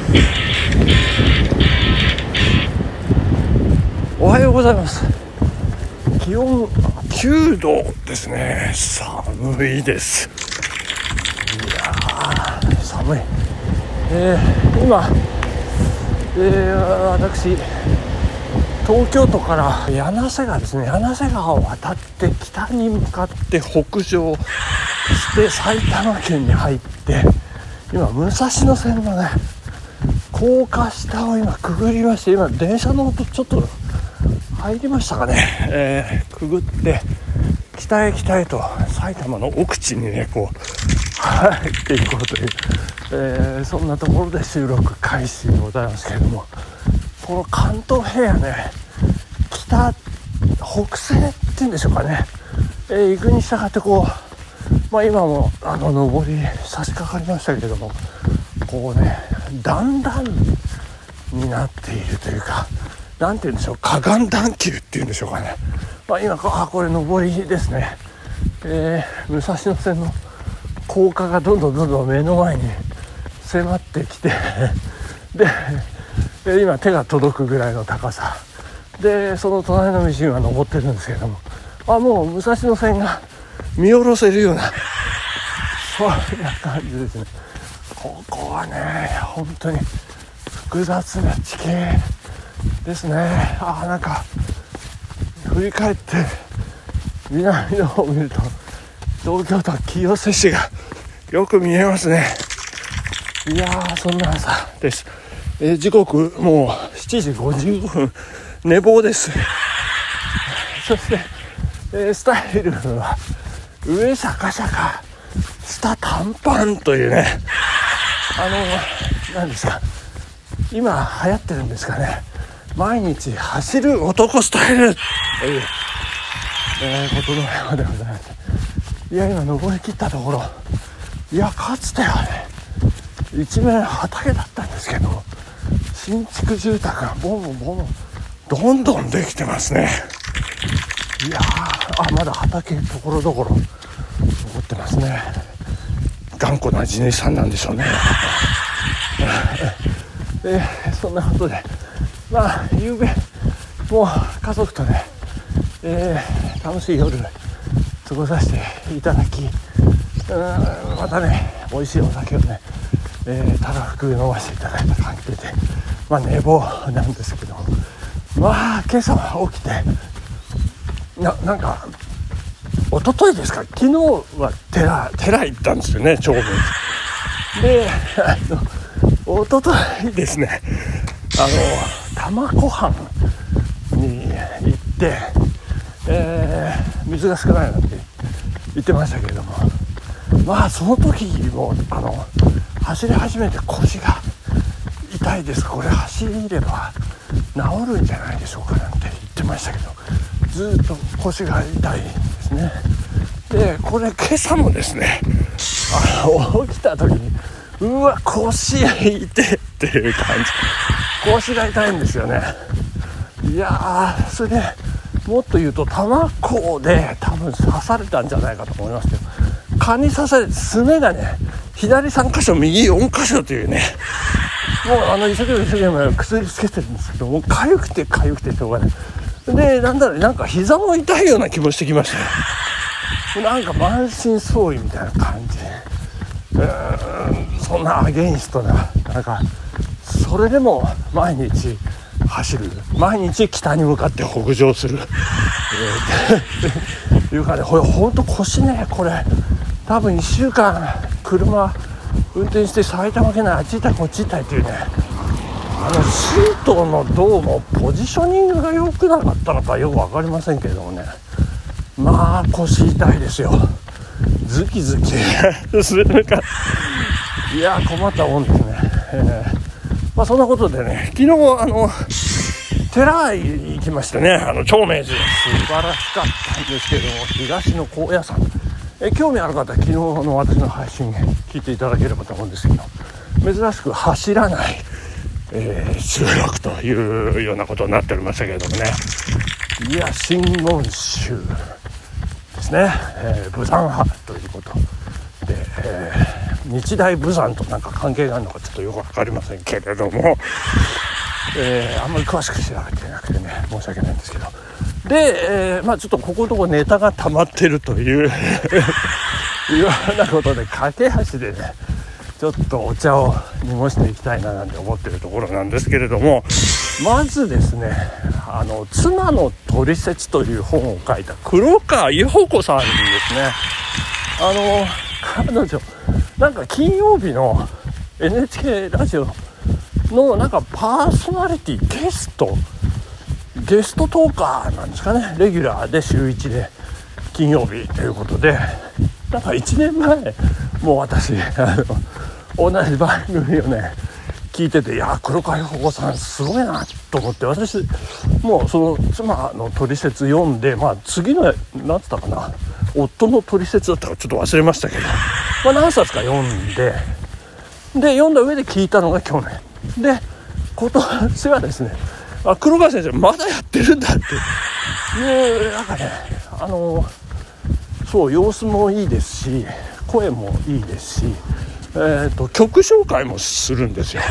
おはようございます。気温9度ですね。寒いです。いやー寒い。今、私東京都から柳瀬川ですね、柳瀬川を渡って北に向かって北上して埼玉県に入って、今武蔵野線のね高架下を今くぐりまして、今電車の音ちょっと入りましたかね、くぐって北へ北へと埼玉の奥地にねこう入っていこうという、そんなところで収録開始でございますけれども、この関東平野ね、北西っていうんでしょうかね、行くに従ってこう、今も上り差し掛かりましたけれども、こうね段々になっているというか、なんて言うんでしょう、河岸段丘っていうんでしょうかね。今これ上りですね。武蔵野線の高架がどんどん目の前に迫ってきてで今手が届くぐらいの高さで、その隣の道が登ってるんですけれども、もう武蔵野線が見下ろせるようなそんな感じですね。ここはね本当に複雑な地形ですね。なんか振り返って南の方を見ると東京都清瀬市がよく見えますね。いやーそんな朝です。時刻もう7時55分、寝坊です。そして、スタイルは上シャカシャカ下短パンというね、何ですか今流行ってるんですかね、毎日走る男スタイルという、ことのようでございます。いや今登り切ったところ、かつてはね一面畑だったんですけど、新築住宅がボンどんどんできてますね。いやまだ畑ところどころ残ってますね。頑固な地主さんなんでしょうね。そんなことで夕べもう家族とね、楽しい夜過ごさせていただき、またね美味しいお酒をね、たらふく飲ませていただいた関係で寝坊なんですけども、今朝起きてなんか一昨日ですか、昨日は寺行ったんですよね、長明寺で。一昨日ですね、玉湖畔に行って、水が少ないなんて言ってましたけれども、その時も走り始めて腰が痛いです、これ走れば治るんじゃないでしょうかなんて言ってましたけど、ずっと腰が痛いですね。でこれ今朝もですね、起きた時に腰痛いっていう感じ、腰が痛いんですよね。それでもっと言うと玉子で多分刺されたんじゃないかと思いますけど、蚊に刺されてすねがね左3箇所右4箇所というね、もう一生懸命薬つけてるんですけど、もう痒くてしょうがないで、なんか膝も痛いような気もしてきましたね。なんか満身創痍みたいな感じ、そんなアゲインストな、なんかそれでも毎日走る、毎日北に向かって北上する、いうかね、ほんと腰ね、これ多分1週間車運転して埼玉県内あっち行ったりこっち行ったりっていうね、シートのどうもポジショニングが良くなかったのかよく分かりませんけれどもね、腰痛いですよ。ズキズキするか困ったもんですね。そんなことでね、昨日寺へ行きましてね、長明寺素晴らしかったんですけども、東の高野山、興味ある方は昨日の私の配信聞いていただければと思うんですけど、珍しく走らない、収録というようなことになっておりましたけれどもね、真言宗ですね、武山派ということで、 日大武山となんか関係があるのかちょっとよく分かりませんけれども、あんまり詳しく調べてなくてね申し訳ないんですけど、で、ちょっとここのとこネタが溜まってるといういうようなことで駆け足でねちょっとお茶を濁していきたいななんて思ってるところなんですけれども、まずですね妻のトリセツという本を書いた黒川伊保子さんにですね、彼女なんか金曜日の NHK ラジオのなんかパーソナリティゲストトーカーなんですかね、レギュラーで週1で金曜日ということで、なんか1年前もう私同じ番組をね聞いてて、いや黒川伊保子さんすごいなと思って、私もうその妻のトリセツ読んで、次の何つったかな、夫のトリセツだったかちょっと忘れましたけど、何冊か読んで読んだ上で聞いたのが去年で、今年はですね黒川先生まだやってるんだっていうなんかねそう様子もいいですし声もいいですし、曲紹介もするんですよ。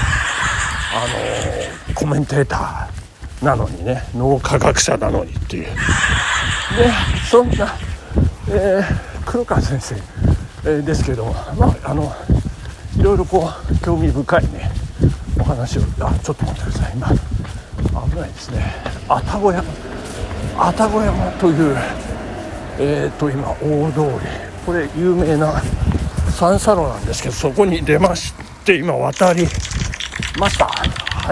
コメンテーターなのにね、脳科学者なのにっていうで、そんな、黒川先生、ですけども、いろいろこう興味深いねお話を、ちょっと待ってください、今危ないですね、愛宕山という、今大通り、これ有名な三叉路なんですけど、そこに出まして今渡りました。はい、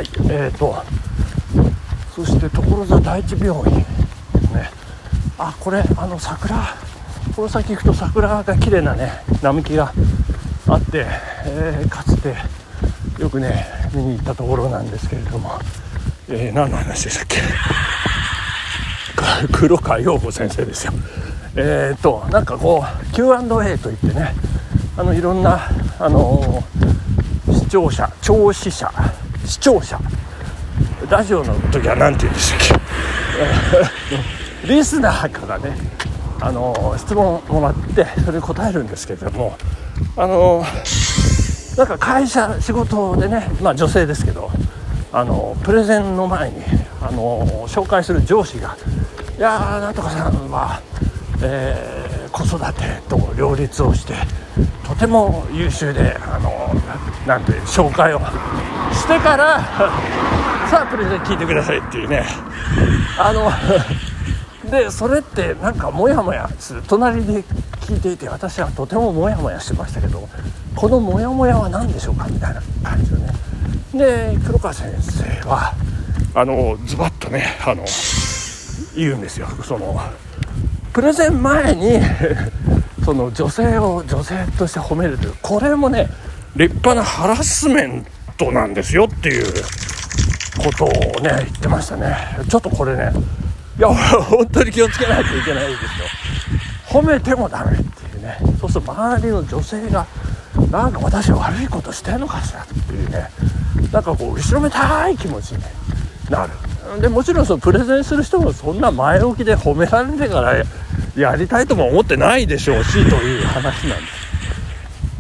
そして所沢第一病院ですね。これ桜、この先行くと桜が綺麗なね並木があって、かつてよくね見に行ったところなんですけれども、何の話でしたっけ黒川陽子先生ですよ。なんかこう Q&A といってね、いろんな視聴者ラジオの時は何て言うんでしたっけリスナーからね質問もらってそれに答えるんですけれども、なんか会社仕事でね、女性ですけどプレゼンの前に紹介する上司が、いやーなんとかさんは、子育てと両立をしてとても優秀でなんて紹介をしてからさあプレゼン聞いてくださいっていうねでそれってなんかモヤモヤする、隣で聞いていて私はとてもモヤモヤしてましたけど、このモヤモヤは何でしょうかみたいな感じでね。で黒川先生はズバッとね言うんですよ。そのプレゼン前にその女性を女性として褒めるという、これもね立派なハラスメントなんですよっていうことをね言ってましたね。ちょっとこれね、いや本当に気をつけないといけないですよ。褒めてもダメっていうね、そうすると周りの女性がなんか私は悪いことしてるのかしらっていうね、なんかこう後ろめたい気持ちになる。でもちろんそのプレゼンする人もそんな前置きで褒められてからやりたいとも思ってないでしょうしという話なんです。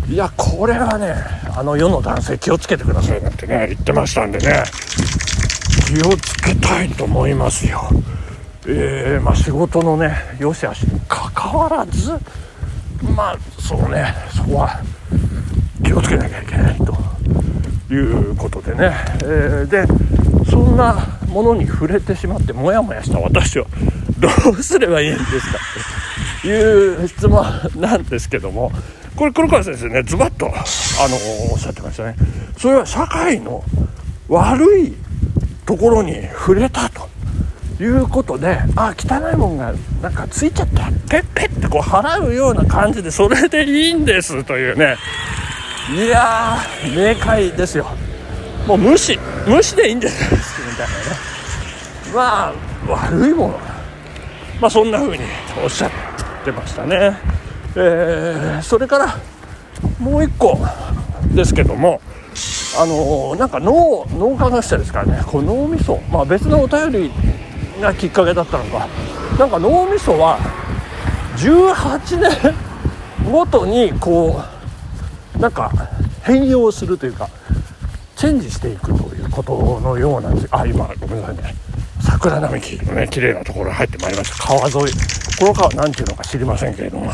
いやこれはね世の男性気をつけてくださいなんてね言ってましたんでね、気をつけたいと思いますよ。仕事のね良し悪しに関わらずそうね、そこは気をつけなきゃいけないということでね、でそんなものに触れてしまってモヤモヤした私はどうすればいいんですかという質問なんですけども、これ黒川先生ねズバッとおっしゃってましたね。それは社会の悪いところに触れたということで、汚いもんがなんかついちゃったペッペッってこう払うような感じでそれでいいんですというね。いやー明快ですよ。もう無視でいいんですみたいなね。悪いもの、そんな風におっしゃってましたね。それからもう一個ですけども、なんか脳科学者ですからね、この脳みそ、別のお便りがきっかけだったのか、なんか脳みそは18年ごとにこうなんか変容するというかチェンジしていくということのようなんです。今ごめんなさいね、桜並木のね綺麗なところに入ってまいりました。川沿い、この川なんていうのか知りませんけれども、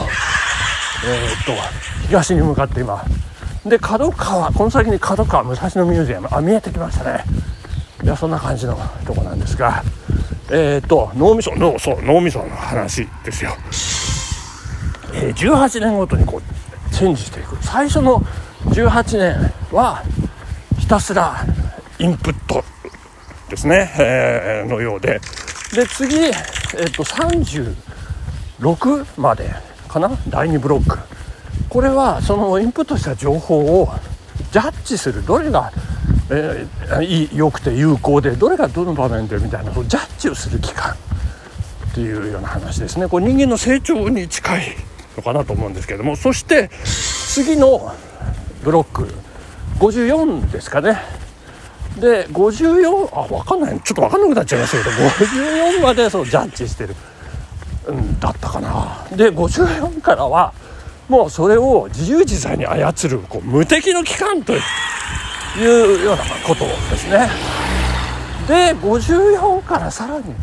東に向かって今で角川、この先に角川武蔵野ミュージアム見えてきましたね。いやそんな感じのとこなんですが、脳みその話ですよ。18年ごとにこうチェンジしていく。最初の18年はひたすらインプットですね、のようで、次、36までかな、第2ブロック、これはそのインプットした情報をジャッジする、どれが、良くて有効でどれがどの場面でみたいなジャッジをする期間っていうような話ですね。これ人間の成長に近いのかなと思うんですけれども、そして次のブロック54ですかね。で54分かんない、ちょっと分かんなくなっちゃいましたけど、54までそうジャッジしてる、だったかな。で54からはもうそれを自由自在に操るこう無敵の機関というようなことですね。で54からさらに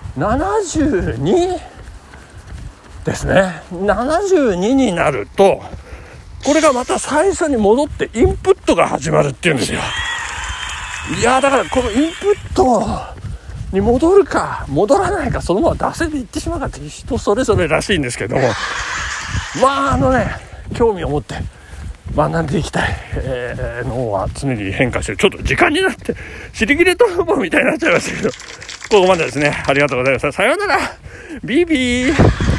72ですね。72になるとこれがまた最初に戻ってインプットが始まるっていうんですよ。いやだからこのインプットに戻るか戻らないか、そのまま惰性でいってしまうかって人それぞれらしいんですけども、興味を持って学んでいきたい、脳は常に変化してる。ちょっと時間になって尻切れトンボみたいになっちゃいましたけど、ここまでですね。ありがとうございました。さようなら、ビービー。